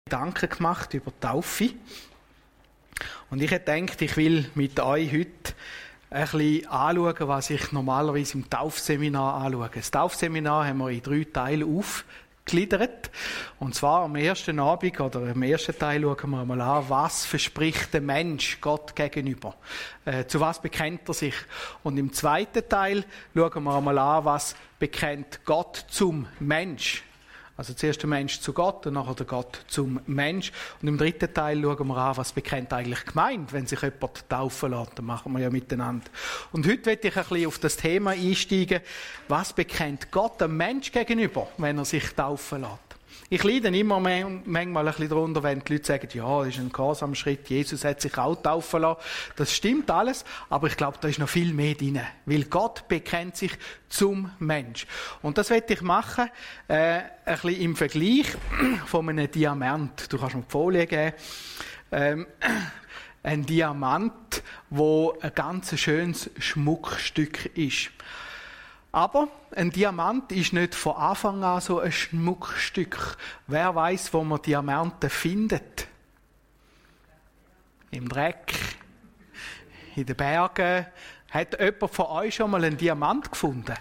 Gedanken gemacht über die Taufe. Und ich hätte gedacht, ich will mit euch heute ein bisschen anschauen, was ich normalerweise im Taufseminar anschaue. Das Taufseminar haben wir in 3 Teile aufgegliedert. Und zwar am ersten Abend oder im ersten Teil schauen wir mal an, was verspricht der Mensch Gott gegenüber. Zu was bekennt er sich? Und im zweiten Teil schauen wir mal an, was bekennt Gott zum Mensch. Also zuerst der Mensch zu Gott und nachher der Gott zum Mensch. Und im dritten Teil schauen wir an, was bekennt eigentlich die Gemeinde, wenn sich jemand taufen lässt. Das machen wir ja miteinander. Und heute möchte ich ein bisschen auf das Thema einsteigen, was bekennt Gott dem Mensch gegenüber, wenn er sich taufen lässt. Ich leide immer manchmal ein bisschen darunter, wenn die Leute sagen, ja, das ist ein Gehorsamschritt, Jesus hat sich auch taufen lassen. Das stimmt alles, aber ich glaube, da ist noch viel mehr drin. Weil Gott bekennt sich zum Mensch. Und das werde ich machen, ein bisschen im Vergleich von einem Diamant. Du kannst mir die Folie geben. Ein Diamant, wo ein ganz schönes Schmuckstück ist. Aber ein Diamant ist nicht von Anfang an so ein Schmuckstück. Wer weiß, wo man Diamanten findet? Im Dreck, in den Bergen. Hat jemand von euch schon mal einen Diamant gefunden?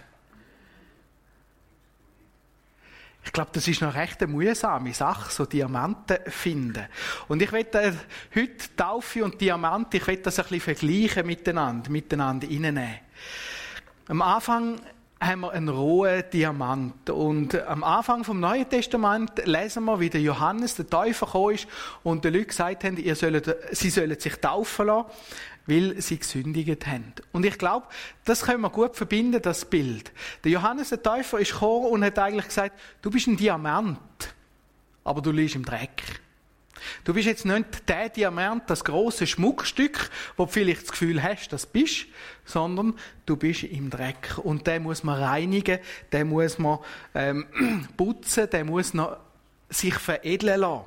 Ich glaube, das ist noch recht eine mühsame Sache, so Diamanten finden. Und ich werde heute Taufe und Diamant, ich werde das ein bisschen vergleichen miteinander reinnehmen. Am Anfang haben wir einen rohen Diamant. Und am Anfang vom Neuen Testament lesen wir, wie der Johannes, der Täufer, gekommen ist und den Leuten gesagt haben, sie sollen sich taufen lassen, weil sie gesündigt haben. Und ich glaube, das können wir gut verbinden, das Bild. Der Johannes, der Täufer, ist gekommen und hat eigentlich gesagt, du bist ein Diamant, aber du liegst im Dreck. Du bist jetzt nicht der Diamant, das grosse Schmuckstück, wo du vielleicht das Gefühl hast, das bist, sondern du bist im Dreck. Und den muss man reinigen, den muss man putzen, den muss noch sich veredeln lassen.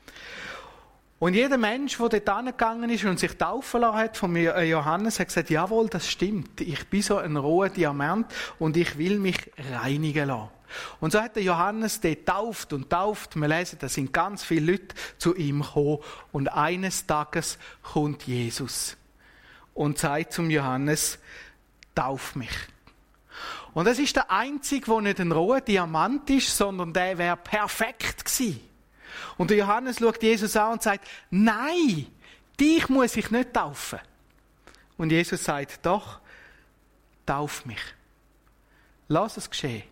Und jeder Mensch, der dort hingegangen ist und sich taufen lassen hat von Johannes, hat gesagt, jawohl, das stimmt. Ich bin so ein roher Diamant und ich will mich reinigen lassen. Und so hat der Johannes dort tauft und tauft. Wir lesen, da sind ganz viele Leute zu ihm gekommen. Und eines Tages kommt Jesus und sagt zum Johannes, tauf mich. Und das ist der Einzige, der nicht ein roher Diamant ist, sondern der wäre perfekt gewesen. Und der Johannes schaut Jesus an und sagt, nein, dich muss ich nicht taufen. Und Jesus sagt, doch, tauf mich. Lass es geschehen.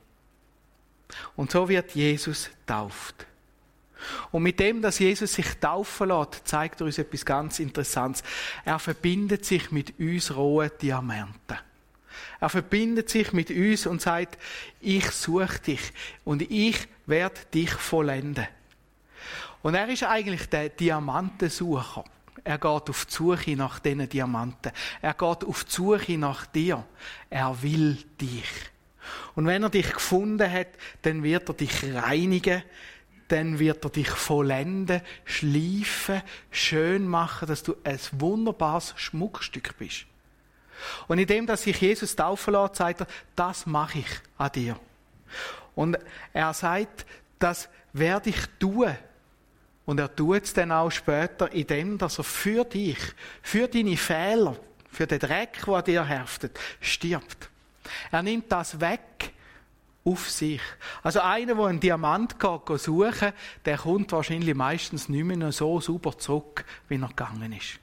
Und so wird Jesus tauft. Und mit dem, dass Jesus sich taufen lässt, zeigt er uns etwas ganz Interessantes. Er verbindet sich mit uns rohen Diamanten. Er verbindet sich mit uns und sagt, ich suche dich und ich werde dich vollenden. Und er ist eigentlich der Diamantensucher. Er geht auf die Suche nach diesen Diamanten. Er geht auf die Suche nach dir. Er will dich. Und wenn er dich gefunden hat, dann wird er dich reinigen, dann wird er dich vollenden, schleifen, schön machen, dass du ein wunderbares Schmuckstück bist. Und indem, dass sich Jesus taufen lässt, sagt er, das mache ich an dir. Und er sagt, das werde ich tun. Und er tut es dann auch später, indem, dass er für dich, für deine Fehler, für den Dreck, der an dir haftet, stirbt. Er nimmt das weg auf sich. Also einer, der einen Diamant geht suchen, der kommt wahrscheinlich meistens nicht mehr so sauber zurück, wie er gegangen ist.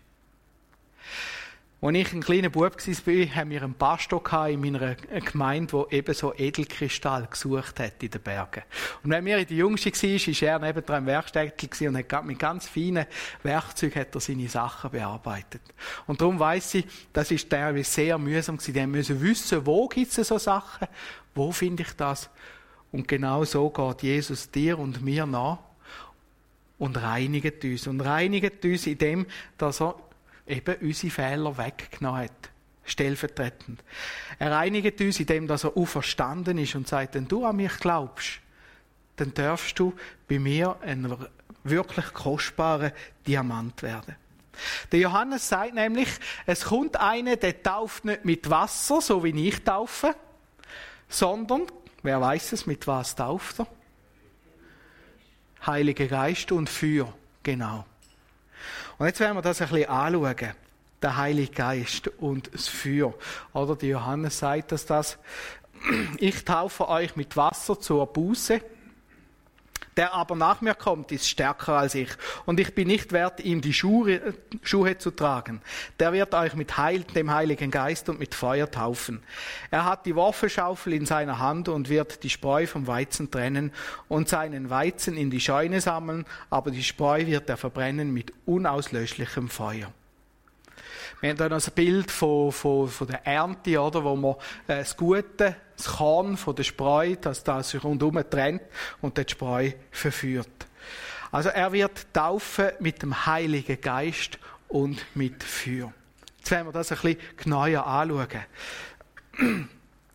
Als ich ein kleiner Bub war, haben wir einen Pastor in meiner Gemeinde, der eben so Edelkristall gesucht hat in den Bergen. Und wenn wir in der Jüngste waren, war er nebendran im Werkstättchen und hat mit ganz feinen Werkzeugen hat er seine Sachen bearbeitet. Und darum weiss ich, das ist teilweise sehr mühsam gewesen. Die müssen wissen, wo gibt es so Sachen, wo finde ich das? Und genau so geht Jesus dir und mir nach und reinigt uns. Und reinigt uns in dem, dass er eben unsere Fehler weggenommen hat. Stellvertretend. Er reinigt uns, indem dass er auferstanden ist und sagt, wenn du an mich glaubst, dann darfst du bei mir ein wirklich kostbarer Diamant werden. Der Johannes sagt nämlich, es kommt einer, der tauft nicht mit Wasser, so wie ich taufe, sondern, wer weiß es, mit was tauft er? Heiliger Geist und Feuer. Genau. Und jetzt werden wir das ein bisschen anschauen. Der Heilige Geist und das Feuer. Oder die Johannes sagt das. Ich taufe euch mit Wasser zur Buße. Der aber nach mir kommt, ist stärker als ich. Und ich bin nicht wert, ihm die Schuhe zu tragen. Der wird euch mit dem Heiligen Geist und mit Feuer taufen. Er hat die Worfelschaufel in seiner Hand und wird die Spreu vom Weizen trennen und seinen Weizen in die Scheune sammeln, aber die Spreu wird er verbrennen mit unauslöschlichem Feuer. Wir haben hier noch ein Bild von der Ernte, oder, wo man das Gute, das Korn von der Spreu, das sich rundherum trennt und die Spreu verführt. Also er wird taufen mit dem Heiligen Geist und mit Feuer. Jetzt werden wir das ein bisschen genauer anschauen.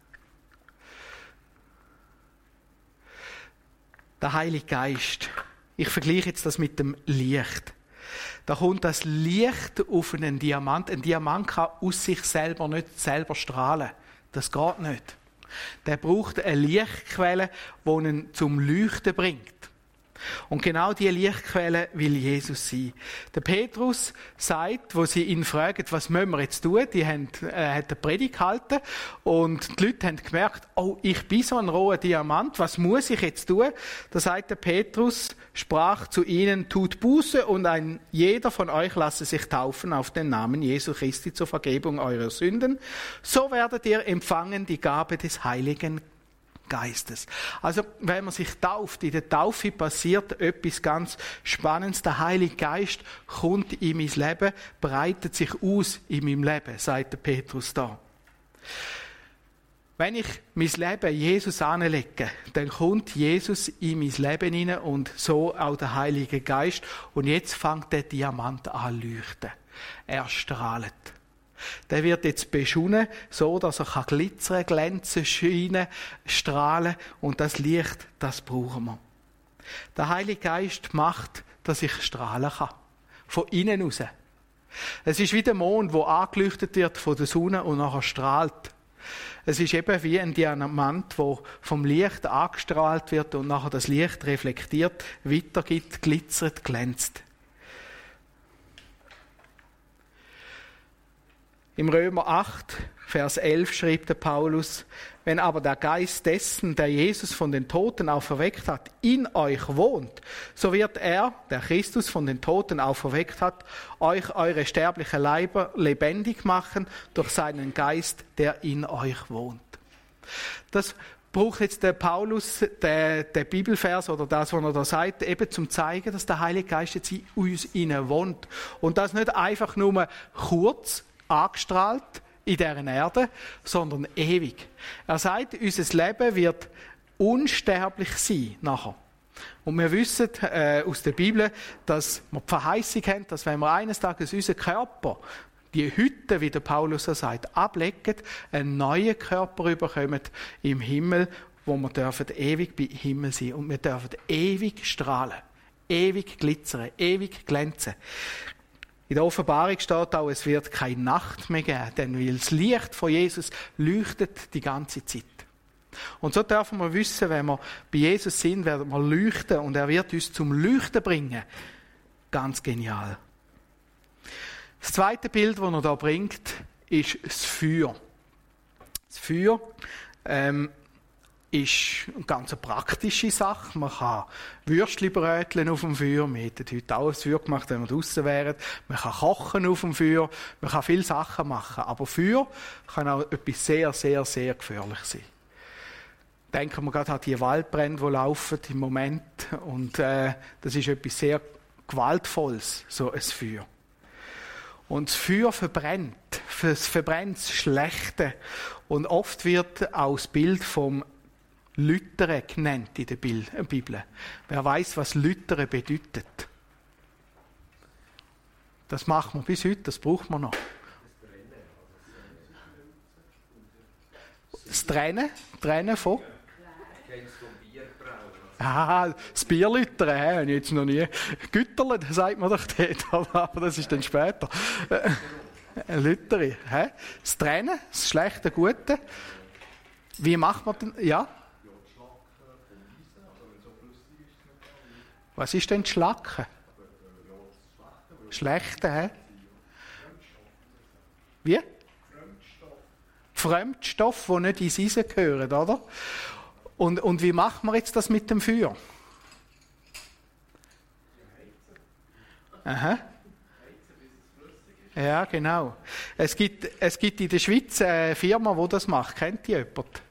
Der Heilige Geist. Ich vergleiche jetzt das mit dem Licht. Da kommt das Licht auf einen Diamant. Ein Diamant kann aus sich selber nicht selber strahlen. Das geht nicht. Der braucht eine Lichtquelle, die ihn zum Leuchten bringt. Und genau diese Lichtquelle will Jesus sein. Der Petrus sagt, wo sie ihn fragen, was müssen wir jetzt tun? Er hat eine Predigt gehalten und die Leute haben gemerkt, oh, ich bin so ein roher Diamant, was muss ich jetzt tun? Da sagt der Petrus, sprach zu ihnen, tut Buße und jeder von euch lasse sich taufen auf den Namen Jesu Christi zur Vergebung eurer Sünden. So werdet ihr empfangen die Gabe des Heiligen Geistes. Also, wenn man sich tauft, in der Taufe passiert etwas ganz Spannendes. Der Heilige Geist kommt in mein Leben, breitet sich aus in meinem Leben, sagt der Petrus da. Wenn ich mein Leben Jesus anlege, dann kommt Jesus in mein Leben hinein und so auch der Heilige Geist. Und jetzt fängt der Diamant an zu leuchten. Er strahlt. Der wird jetzt beschunnen, so dass er glitzern, glänzen, scheinen, strahlen und das Licht, das brauchen wir. Der Heilige Geist macht, dass ich strahlen kann. Von innen raus. Es ist wie der Mond, der angeleuchtet wird von der Sonne und nachher strahlt. Es ist eben wie ein Diamant, der vom Licht angestrahlt wird und nachher das Licht reflektiert, weitergibt, glitzert, glänzt. Im Römer 8, Vers 11 schrieb der Paulus, wenn aber der Geist dessen, der Jesus von den Toten auferweckt hat, in euch wohnt, so wird er, der Christus von den Toten auferweckt hat, euch eure sterblichen Leiber lebendig machen durch seinen Geist, der in euch wohnt. Das braucht jetzt der Paulus, der Bibelvers oder das, was er da sagt, eben zum zeigen, dass der Heilige Geist jetzt in uns innen wohnt. Und das nicht einfach nur kurz angestrahlt in dieser Erde, sondern ewig. Er sagt, unser Leben wird unsterblich sein nachher. Und wir wissen aus der Bibel, dass wir die Verheißung haben, dass wenn wir eines Tages unseren Körper, die Hütte, wie der Paulus so sagt, ablegen, einen neuen Körper bekommen im Himmel, wo wir dürfen ewig bei Himmel sein und wir dürfen ewig strahlen, ewig glitzern, ewig glänzen. In der Offenbarung steht auch, es wird keine Nacht mehr geben, denn weil das Licht von Jesus leuchtet die ganze Zeit. Und so dürfen wir wissen, wenn wir bei Jesus sind, werden wir leuchten und er wird uns zum Leuchten bringen. Ganz genial. Das zweite Bild, das er da bringt, ist das Feuer. Das Feuer ist eine ganz praktische Sache. Man kann Würstchen bröteln auf dem Feuer. Wir hätten heute auch ein Feuer gemacht, wenn wir draußen wären. Man kann kochen auf dem Feuer. Man kann viele Sachen machen. Aber Feuer kann auch etwas sehr, sehr, sehr gefährlich sein. Denken wir gerade an die Waldbrände, die laufen im Moment. Und das ist etwas sehr Gewaltvolles, so ein Feuer. Und das Feuer verbrennt. Es verbrennt das Schlechte. Und oft wird auch das Bild vom Lütern genannt in der Bibel. Wer weiß, was Lütern bedeutet? Das macht man bis heute, das braucht man noch. Das Trennen von? Das Bierlütern, habe ich jetzt noch nie. Gütterle, sagt man doch dort, aber das ist dann später. Lüteri, das Trennen, das Schlechte, Gute. Wie macht man denn? Ja? Was ist denn Schlacken? Schlechte, hä? Wie? Fremdstoff, die nicht ins Eisen gehören, oder? Und wie macht man jetzt das mit dem Feuer? Aha. Ja, genau. Es gibt in der Schweiz eine Firma, die das macht. Kennt die jemand?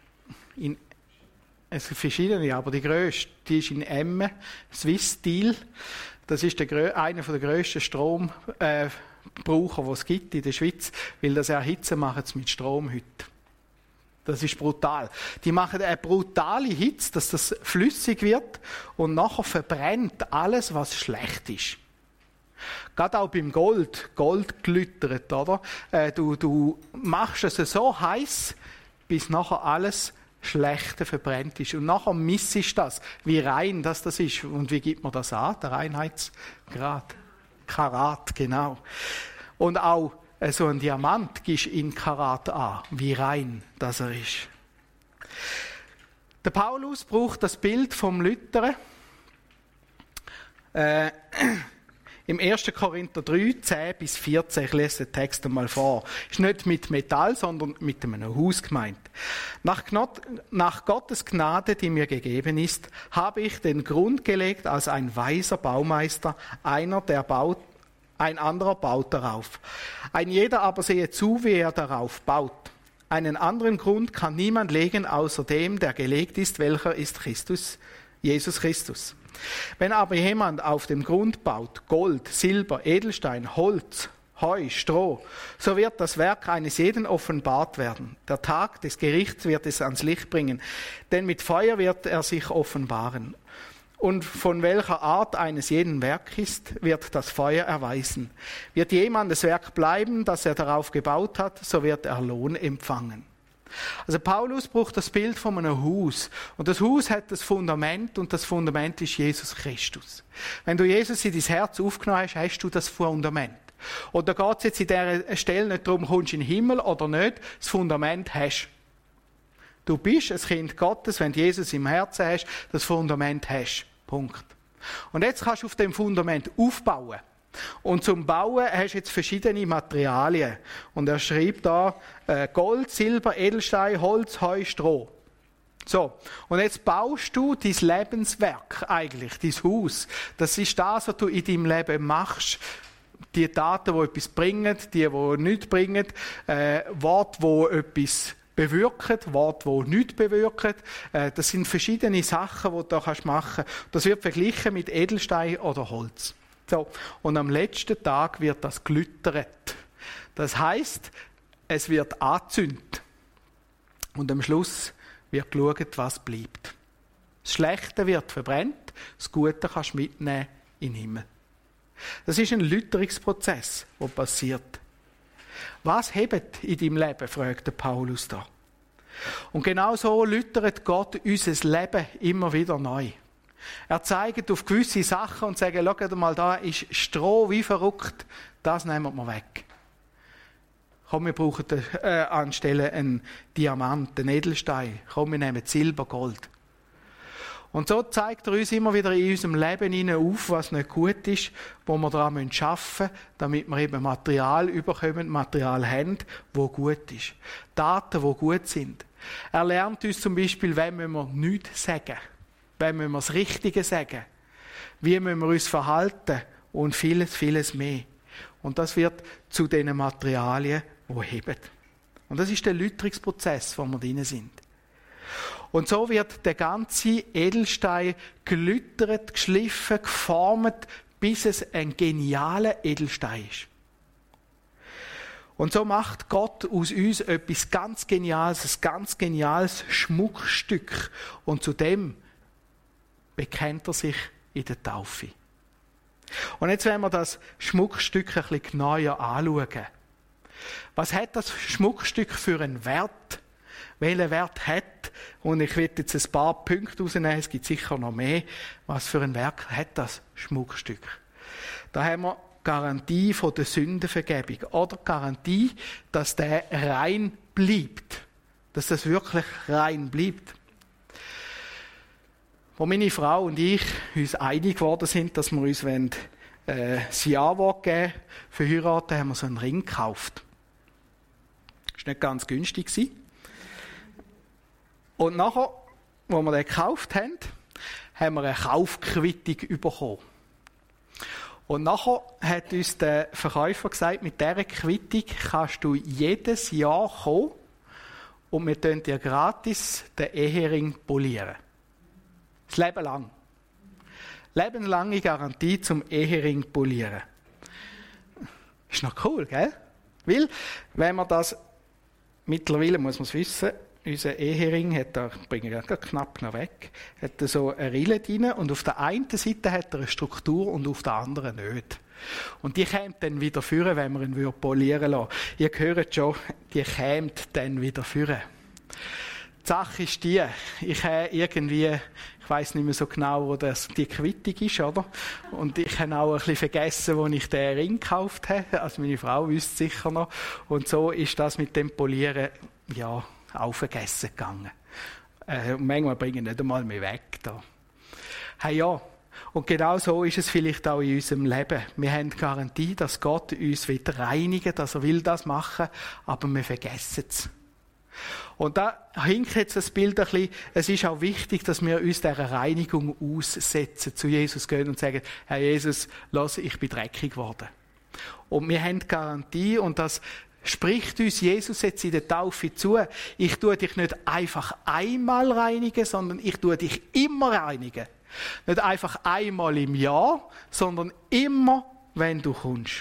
Es gibt verschiedene, aber die grösste, die ist in Emmen, Swiss Steel. Das ist einer der grössten Strombraucher, die es gibt in der Schweiz, weil das Erhitzen machen sie mit Strom heute. Das ist brutal. Die machen eine brutale Hitze, dass das flüssig wird und nachher verbrennt alles, was schlecht ist. Gerade auch beim Gold glittert, oder? Du machst es so heiß, bis nachher alles Schlechte verbrennt ist. Und nachher missest das, wie rein das ist. Und wie gibt man das an? Der Reinheitsgrad. Karat, genau. Und auch so ein Diamant gibst in Karat an, wie rein das er ist. Der Paulus braucht das Bild vom Lütern. Im 1. Korinther 3, 10 bis 14, ich lese den Text einmal vor. Ist nicht mit Metall, sondern mit einem Haus gemeint. Nach Gottes Gnade, die mir gegeben ist, habe ich den Grund gelegt als ein weiser Baumeister, ein anderer baut darauf. Ein jeder aber sehe zu, wie er darauf baut. Einen anderen Grund kann niemand legen, außer dem, der gelegt ist, welcher ist Jesus Christus. Wenn aber jemand auf dem Grund baut, Gold, Silber, Edelstein, Holz, Heu, Stroh, so wird das Werk eines jeden offenbart werden. Der Tag des Gerichts wird es ans Licht bringen, denn mit Feuer wird er sich offenbaren. Und von welcher Art eines jeden Werk ist, wird das Feuer erweisen. Wird jemandes Werk bleiben, das er darauf gebaut hat, so wird er Lohn empfangen. Also Paulus braucht das Bild von einem Haus. Und das Haus hat das Fundament und das Fundament ist Jesus Christus. Wenn du Jesus in dein Herz aufgenommen hast, hast du das Fundament. Und da geht es jetzt in dieser Stelle nicht darum, kommst du in den Himmel oder nicht, das Fundament hast. Du bist ein Kind Gottes, wenn du Jesus im Herzen hast, das Fundament hast. Punkt. Und jetzt kannst du auf dem Fundament aufbauen. Und zum Bauen hast du jetzt verschiedene Materialien. Und er schreibt da Gold, Silber, Edelstein, Holz, Heu, Stroh. So, und jetzt baust du dein Lebenswerk eigentlich, dein Haus. Das ist das, was du in deinem Leben machst. Die Taten, die etwas bringen, die nichts bringen, Worte, die etwas bewirken, Worte, die nichts bewirken. Das sind verschiedene Sachen, die du da machen kannst. Das wird verglichen mit Edelstein oder Holz. So, und am letzten Tag wird das glüttert. Das heisst, es wird angezündet. Und am Schluss wird geschaut, was bleibt. Das Schlechte wird verbrennt, das Gute kannst du mitnehmen in den Himmel. Das ist ein Lüterungsprozess, der passiert. Was hebt in deinem Leben, fragt der Paulus da. Und genau so lütert Gott unser Leben immer wieder neu. Er zeigt auf gewisse Sachen und sagt, schau mal, da ist Stroh wie verrückt, das nehmen wir weg. Komm, wir brauchen anstelle einen Diamant, einen Edelstein. Komm, wir nehmen Silber, Gold. Und so zeigt er uns immer wieder in unserem Leben auf, was nicht gut ist, wo wir daran arbeiten müssen, damit wir eben Material überkommen, Material haben, wo gut ist. Daten, die gut sind. Er lernt uns zum Beispiel, wenn wir nichts sagen. Wenn wir das Richtige sagen. Wie müssen wir uns verhalten und vieles, vieles mehr. Und das wird zu den Materialien, die heben. Und das ist der Lüterungsprozess, wo wir drin sind. Und so wird der ganze Edelstein gelüttert, geschliffen, geformt, bis es ein genialer Edelstein ist. Und so macht Gott aus uns etwas ganz Geniales, ein ganz geniales Schmuckstück. Und zu dem bekennt er sich in der Taufe. Und jetzt werden wir das Schmuckstück ein bisschen genauer anschauen. Was hat das Schmuckstück für einen Wert? Welchen Wert hat? Und ich will jetzt ein paar Punkte rausnehmen, es gibt sicher noch mehr. Was für einen Wert hat das Schmuckstück? Da haben wir Garantie von der Sündenvergebung. Oder Garantie, dass der rein bleibt. Dass das wirklich rein bleibt. Wo meine Frau und ich uns einig geworden sind, dass wir uns das Ja-Wort geben für heiraten, haben wir so einen Ring gekauft. Das war nicht ganz günstig. Und nachher, als wir den gekauft haben, haben wir eine Kaufquittung bekommen. Und nachher hat uns der Verkäufer gesagt, mit dieser Quittung kannst du jedes Jahr kommen und wir tun dir gratis den Ehering polieren. Das Leben lang. Lebenlange Garantie zum Ehering polieren. Ist noch cool, gell? Weil, wenn man das mittlerweile, muss man es wissen, unser Ehering hat da, bringen wir knapp noch weg, hat so eine Rille drin und auf der einen Seite hat er eine Struktur und auf der anderen nicht. Und die kommt dann wieder führen, wenn man ihn polieren lassen. Ihr hört schon, die kommt dann wieder führen. Die Sache ist die, ich weiss nicht mehr so genau, wo die Quittung ist, oder? Und ich habe auch ein bisschen vergessen, wo ich den Ring gekauft habe. Also meine Frau wüsste sicher noch. Und so ist das mit dem Polieren, ja, auch vergessen gegangen. Und manchmal bringen wir nicht einmal mehr weg. Da. Hey, ja. Und genau so ist es vielleicht auch in unserem Leben. Wir haben die Garantie, dass Gott uns wieder reinigen, dass er will das machen, aber wir vergessen es. Und da hinkt jetzt das Bild ein bisschen, es ist auch wichtig, dass wir uns dieser Reinigung aussetzen, zu Jesus gehen und sagen, Herr Jesus, lass, ich bin dreckig geworden. Und wir haben die Garantie und das spricht uns Jesus jetzt in der Taufe zu. Ich tue dich nicht einfach einmal reinigen, sondern ich tue dich immer reinigen. Nicht einfach einmal im Jahr, sondern immer, wenn du kommst.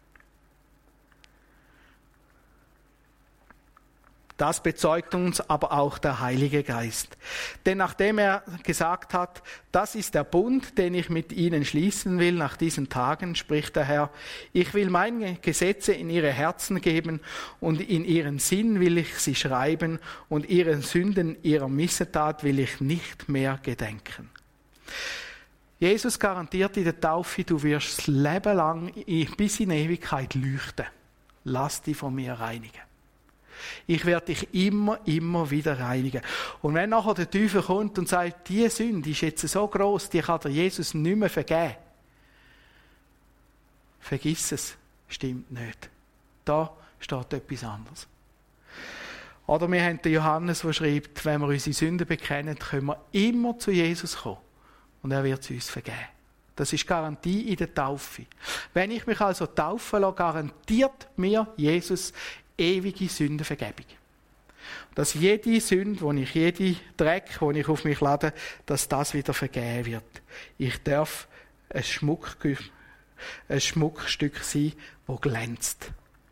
Das bezeugt uns aber auch der Heilige Geist. Denn nachdem er gesagt hat, das ist der Bund, den ich mit ihnen schließen will nach diesen Tagen, spricht der Herr, ich will meine Gesetze in ihre Herzen geben und in ihren Sinn will ich sie schreiben und ihren Sünden, ihrer Missetat will ich nicht mehr gedenken. Jesus garantiert in der Taufe, du wirst das Leben lang bis in Ewigkeit leuchten. Lass dich von mir reinigen. Ich werde dich immer wieder reinigen. Und wenn nachher der Teufel kommt und sagt, die Sünde ist jetzt so gross, die kann dir Jesus nicht mehr vergeben. Vergiss es, stimmt nicht. Da steht etwas anderes. Oder wir haben den Johannes, der schreibt, wenn wir unsere Sünden bekennen, können wir immer zu Jesus kommen. Und er wird sie uns vergeben. Das ist Garantie in der Taufe. Wenn ich mich also taufen lasse, garantiert mir Jesus ewige Sündenvergebung. Dass jede Sünde, jede Dreck, den ich auf mich lade, dass das wieder vergeben wird. Ich darf ein Schmuckstück sein, das glänzt.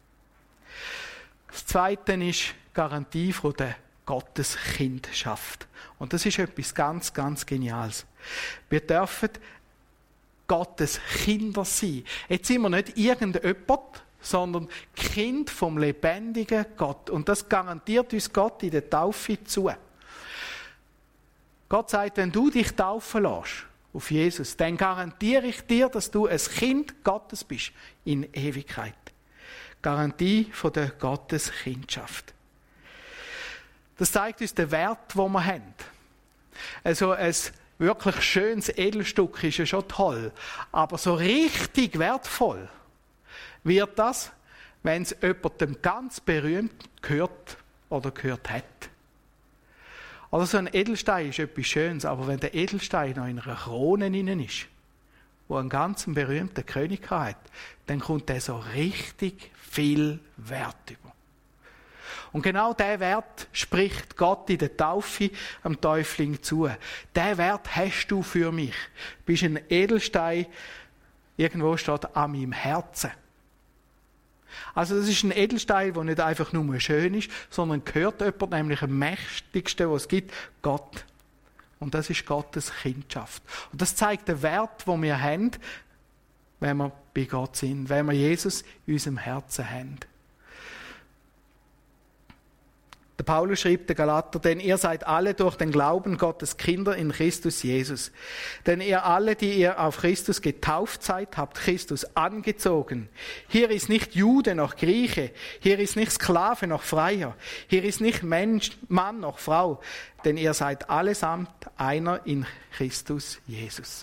Das Zweite ist Garantie von der Gotteskindschaft. Und das ist etwas ganz, ganz Geniales. Wir dürfen Gottes Kinder sein. Jetzt sind wir nicht irgendjemand, sondern Kind vom lebendigen Gott. Und das garantiert uns Gott in der Taufe zu. Gott sagt, wenn du dich taufen lässt auf Jesus, dann garantiere ich dir, dass du ein Kind Gottes bist in Ewigkeit. Garantie von der Gotteskindschaft. Das zeigt uns den Wert, den wir haben. Also ein wirklich schönes Edelstück ist ja schon toll, aber so richtig wertvoll wird das, wenn es jemandem ganz berühmt gehört oder gehört hat. Also so ein Edelstein ist etwas Schönes, aber wenn der Edelstein noch in einer Krone innen ist, wo einen ganz berühmten König hat, dann kommt der so richtig viel Wert über. Und genau diesen Wert spricht Gott in der Taufe am Täufling zu. Diesen Wert hast du für mich. Du bist ein Edelstein, irgendwo steht an meinem Herzen. Also das ist ein Edelstein, der nicht einfach nur schön ist, sondern gehört jemand, nämlich am mächtigsten, was es gibt, Gott. Und das ist Gottes Kindschaft. Und das zeigt den Wert, den wir haben, wenn wir bei Gott sind, wenn wir Jesus in unserem Herzen haben. Der Paulus schrieb den Galater, denn ihr seid alle durch den Glauben Gottes Kinder in Christus Jesus. Denn ihr alle, die ihr auf Christus getauft seid, habt Christus angezogen. Hier ist nicht Jude noch Grieche, hier ist nicht Sklave noch Freier, hier ist nicht Mensch, Mann noch Frau, denn ihr seid allesamt einer in Christus Jesus.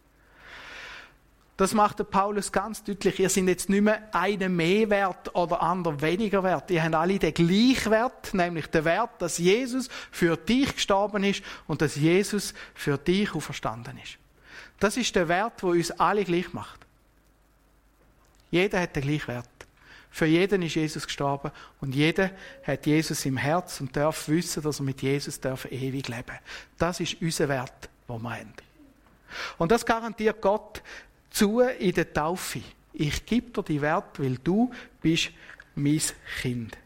Das macht der Paulus ganz deutlich. Ihr seid jetzt nicht mehr einer mehr wert oder anderer weniger wert. Ihr habt alle den gleichen Wert, nämlich den Wert, dass Jesus für dich gestorben ist und dass Jesus für dich auferstanden ist. Das ist der Wert, der uns alle gleich macht. Jeder hat den gleichen Wert. Für jeden ist Jesus gestorben und jeder hat Jesus im Herz und darf wissen, dass er mit Jesus ewig leben darf. Das ist unser Wert, den wir haben. Und das garantiert Gott zu in der Taufe. Ich gebe dir die Wert, weil du bist mein Kind.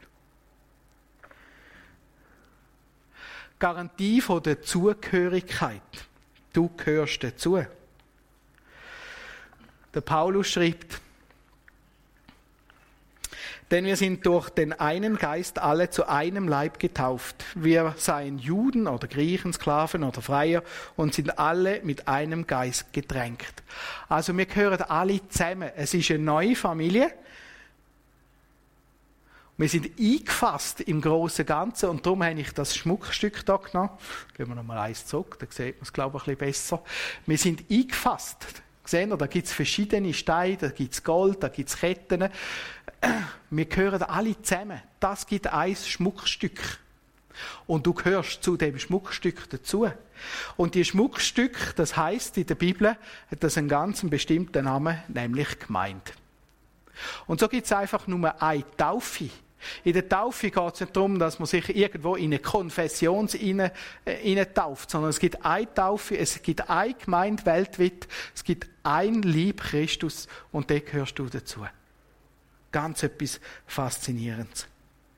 Garantie von der Zugehörigkeit. Du gehörst dazu. Der Paulus schreibt, denn wir sind durch den einen Geist alle zu einem Leib getauft. Wir seien Juden oder Griechen, Sklaven oder Freier und sind alle mit einem Geist getränkt. Also wir gehören alle zusammen. Es ist eine neue Familie. Wir sind eingefasst im grossen Ganzen und darum habe ich das Schmuckstück hier genommen. Gehen wir nochmal eins zurück, da sieht man es, glaube ich, ein bisschen besser. Wir sind eingefasst. Sehen ihr, da gibt es verschiedene Steine, da gibt es Gold, da gibt es Ketten. Wir gehören alle zusammen. Das gibt ein Schmuckstück. Und du gehörst zu dem Schmuckstück dazu. Und die Schmuckstück, das heisst in der Bibel, hat das einen ganz bestimmten Namen, nämlich Gemeinde. Und so gibt es einfach nur eine Taufe. In der Taufe geht es nicht darum, dass man sich irgendwo in eine Konfession tauft, sondern es gibt eine Taufe, es gibt eine Gemeinde weltweit, es gibt ein Leib Christus und da gehörst du dazu. Ganz etwas Faszinierendes.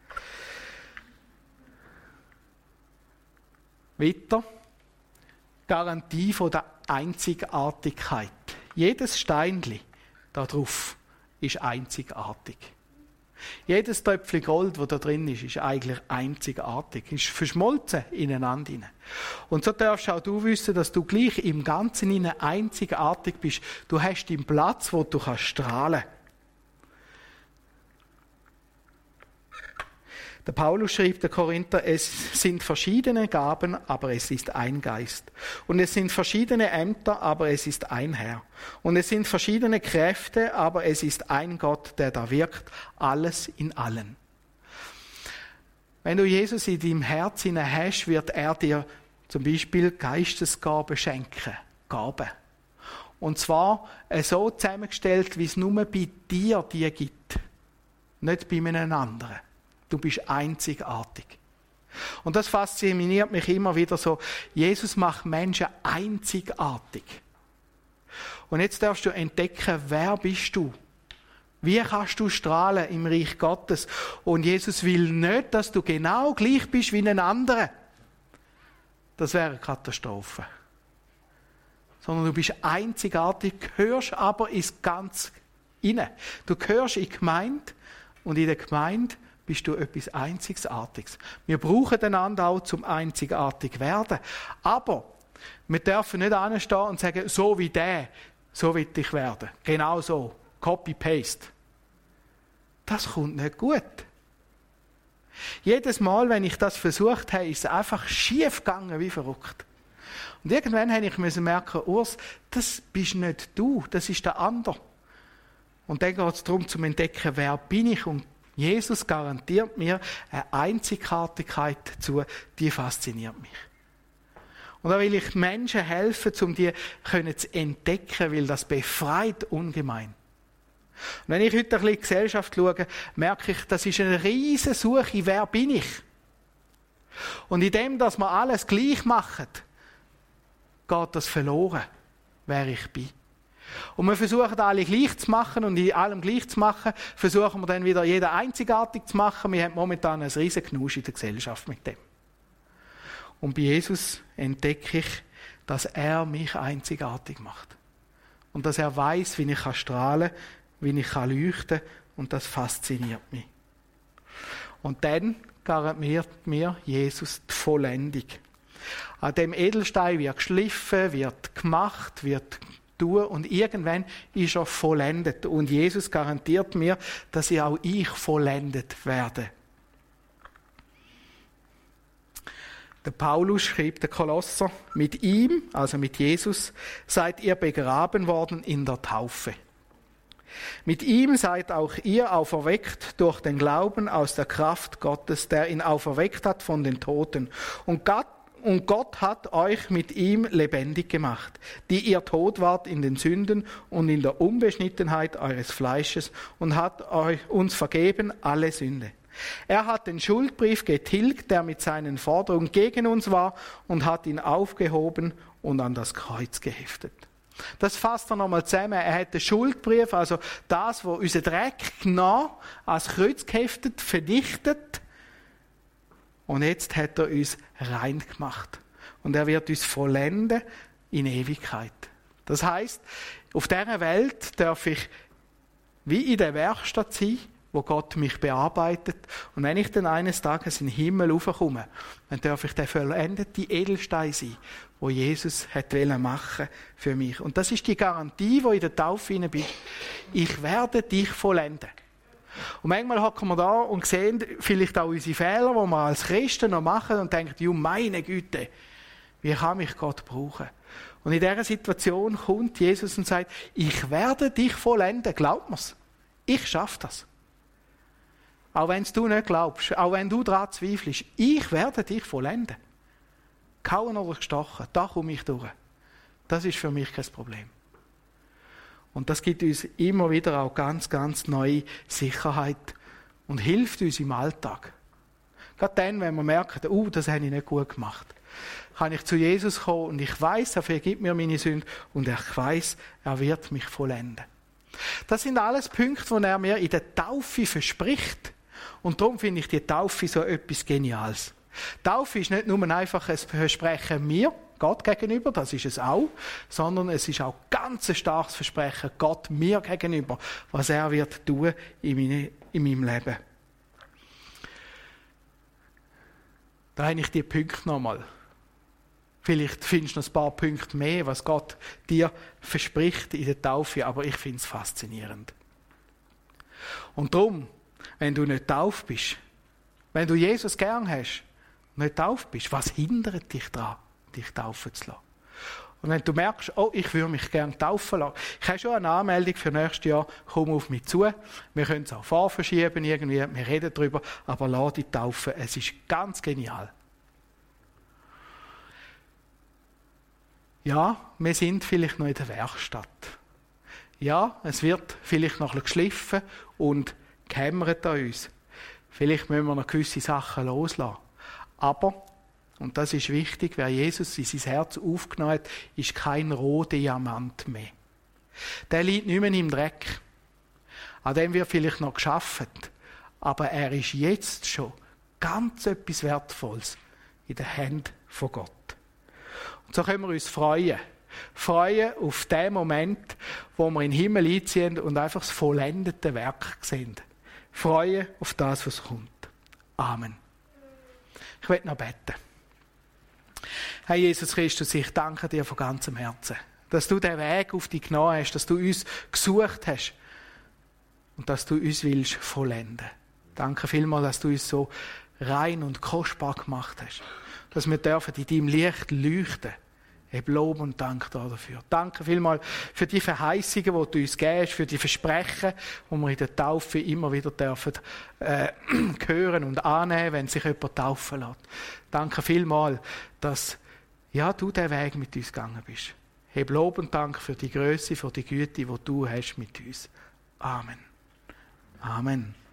Weiter, Garantie von der Einzigartigkeit. Jedes Steinli da drauf ist einzigartig. Jedes Töpfchen Gold, das da drin ist eigentlich einzigartig, ist verschmolzen ineinander. Und so darfst auch du wissen, dass du gleich im Ganzen einzigartig bist. Du hast deinen Platz, wo du strahlen kannst. Der Paulus schrieb der Korinther, es sind verschiedene Gaben, aber es ist ein Geist. Und es sind verschiedene Ämter, aber es ist ein Herr. Und es sind verschiedene Kräfte, aber es ist ein Gott, der da wirkt, alles in allen. Wenn du Jesus in deinem Herzen hast, wird er dir zum Beispiel Geistesgaben schenken. Gaben. Und zwar so zusammengestellt, wie es nur bei dir die gibt. Nicht bei einem anderen. Du bist einzigartig. Und das fasziniert mich immer wieder so. Jesus macht Menschen einzigartig. Und jetzt darfst du entdecken, wer bist du? Wie kannst du strahlen im Reich Gottes? Und Jesus will nicht, dass du genau gleich bist wie ein anderer. Das wäre eine Katastrophe. Sondern du bist einzigartig, gehörst aber ins Ganze rein. Du gehörst in die Gemeinde und in der Gemeinde bist du etwas Einzigartiges. Wir brauchen einander auch zum einzigartig werden. Aber wir dürfen nicht anstehen und sagen, so wie der, so will ich werden. Genau so. Copy-Paste. Das kommt nicht gut. Jedes Mal, wenn ich das versucht habe, ist es einfach schief gegangen wie verrückt. Und irgendwann musste ich merken, Urs, das bist nicht du, das ist der andere. Und dann geht es darum, zu entdecken, wer bin ich. Und Jesus garantiert mir eine Einzigartigkeit dazu, die fasziniert mich. Und da will ich Menschen helfen, um die zu entdecken, weil das befreit ungemein. Und wenn ich heute ein bisschen in die Gesellschaft schaue, merke ich, das ist eine riesige Suche, wer bin ich? Und in dem, dass wir alles gleich machen, geht das verloren, wer ich bin. Und wir versuchen alle gleich zu machen und in allem gleich zu machen, versuchen wir dann wieder jeden einzigartig zu machen. Wir haben momentan ein riesen Knusch in der Gesellschaft mit dem. Und bei Jesus entdecke ich, dass er mich einzigartig macht. Und dass er weiß, wie ich strahlen kann, wie ich leuchten kann. Und das fasziniert mich. Und dann garantiert mir Jesus die Vollendung. An dem Edelstein wird geschliffen, wird gemacht, wird tun und irgendwann ist er vollendet. Und Jesus garantiert mir, dass auch ich vollendet werde. Der Paulus schrieb der Kolosser, mit ihm, also mit Jesus, seid ihr begraben worden in der Taufe. Mit ihm seid auch ihr auferweckt durch den Glauben aus der Kraft Gottes, der ihn auferweckt hat von den Toten. Und Gott hat euch mit ihm lebendig gemacht, die ihr tot wart in den Sünden und in der Unbeschnittenheit eures Fleisches und hat uns vergeben alle Sünde. Er hat den Schuldbrief getilgt, der mit seinen Forderungen gegen uns war, und hat ihn aufgehoben und an das Kreuz geheftet. Das fasst er nochmal zusammen. Er hat den Schuldbrief, also das, was unser Dreck genommen, als Kreuz geheftet, verdichtet. Und jetzt hat er uns rein gemacht. Und er wird uns vollenden in Ewigkeit. Das heisst, auf dieser Welt darf ich wie in der Werkstatt sein, wo Gott mich bearbeitet. Und wenn ich dann eines Tages in den Himmel raufkomme, dann darf ich der vollendete Edelstein sein, wo Jesus machen für mich. Und das ist die Garantie, die in der Taufe hinein bin. Ich werde dich vollenden. Und manchmal hocken wir da und sehen vielleicht auch unsere Fehler, die wir als Christen noch machen und denken, ja, meine Güte, wie kann mich Gott brauchen? Und in dieser Situation kommt Jesus und sagt, ich werde dich vollenden. Glaub mir's. Ich schaffe das. Auch wenn du nicht glaubst, auch wenn du daran zweifelst, ich werde dich vollenden. Gehauen oder gestochen, da komme ich durch. Das ist für mich kein Problem. Und das gibt uns immer wieder auch ganz, ganz neue Sicherheit und hilft uns im Alltag. Gerade dann, wenn wir merken, das habe ich nicht gut gemacht, kann ich zu Jesus kommen und ich weiss, er vergibt mir meine Sünde und ich weiss, er wird mich vollenden. Das sind alles Punkte, die er mir in der Taufe verspricht. Und darum finde ich die Taufe so etwas Geniales. Taufe ist nicht nur einfach ein Versprechen mir, Gott gegenüber, das ist es auch, sondern es ist auch ganz ein starkes Versprechen Gott mir gegenüber, was er wird tun in meinem Leben. Da habe ich die Punkte nochmal. Vielleicht findest du noch ein paar Punkte mehr, was Gott dir verspricht in der Taufe, aber ich finde es faszinierend. Und darum, wenn du nicht tauft bist, wenn du Jesus gern hast, nicht tauft bist, was hindert dich daran, dich taufen zu lassen? Und wenn du merkst, ich würde mich gerne taufen lassen, ich habe schon eine Anmeldung für nächstes Jahr, komm auf mich zu, wir können es auch vorverschieben irgendwie, wir reden darüber, aber lass dich taufen, es ist ganz genial. Ja, wir sind vielleicht noch in der Werkstatt. Ja, es wird vielleicht noch ein bisschen geschliffen und gehämmert an uns. Vielleicht müssen wir noch gewisse Sachen loslassen. Aber, und das ist wichtig, wer Jesus in sein Herz aufgenommen hat, ist kein roter Diamant mehr. Der liegt nicht mehr im Dreck. An dem wird vielleicht noch geschafft. Aber er ist jetzt schon ganz etwas Wertvolles in den Händen von Gott. Und so können wir uns freuen. Freuen auf den Moment, wo wir in den Himmel einziehen und einfach das vollendete Werk sehen. Freuen auf das, was kommt. Amen. Ich möchte noch beten. Herr Jesus Christus, ich danke dir von ganzem Herzen, dass du den Weg auf dich genommen hast, dass du uns gesucht hast und dass du uns willst vollenden. Danke vielmals, dass du uns so rein und kostbar gemacht hast, dass wir dürfen in deinem Licht leuchten. Ich Lob und Dank dafür. Danke vielmals für die Verheißungen, die du uns gibst, für die Versprechen, die wir in der Taufe immer wieder dürfen hören und annehmen, wenn sich jemand taufen lässt. Danke vielmals, dass du den Weg mit uns gegangen bist. Ich Lob und Dank für die Größe, für die Güte, die du hast mit uns. Amen. Amen.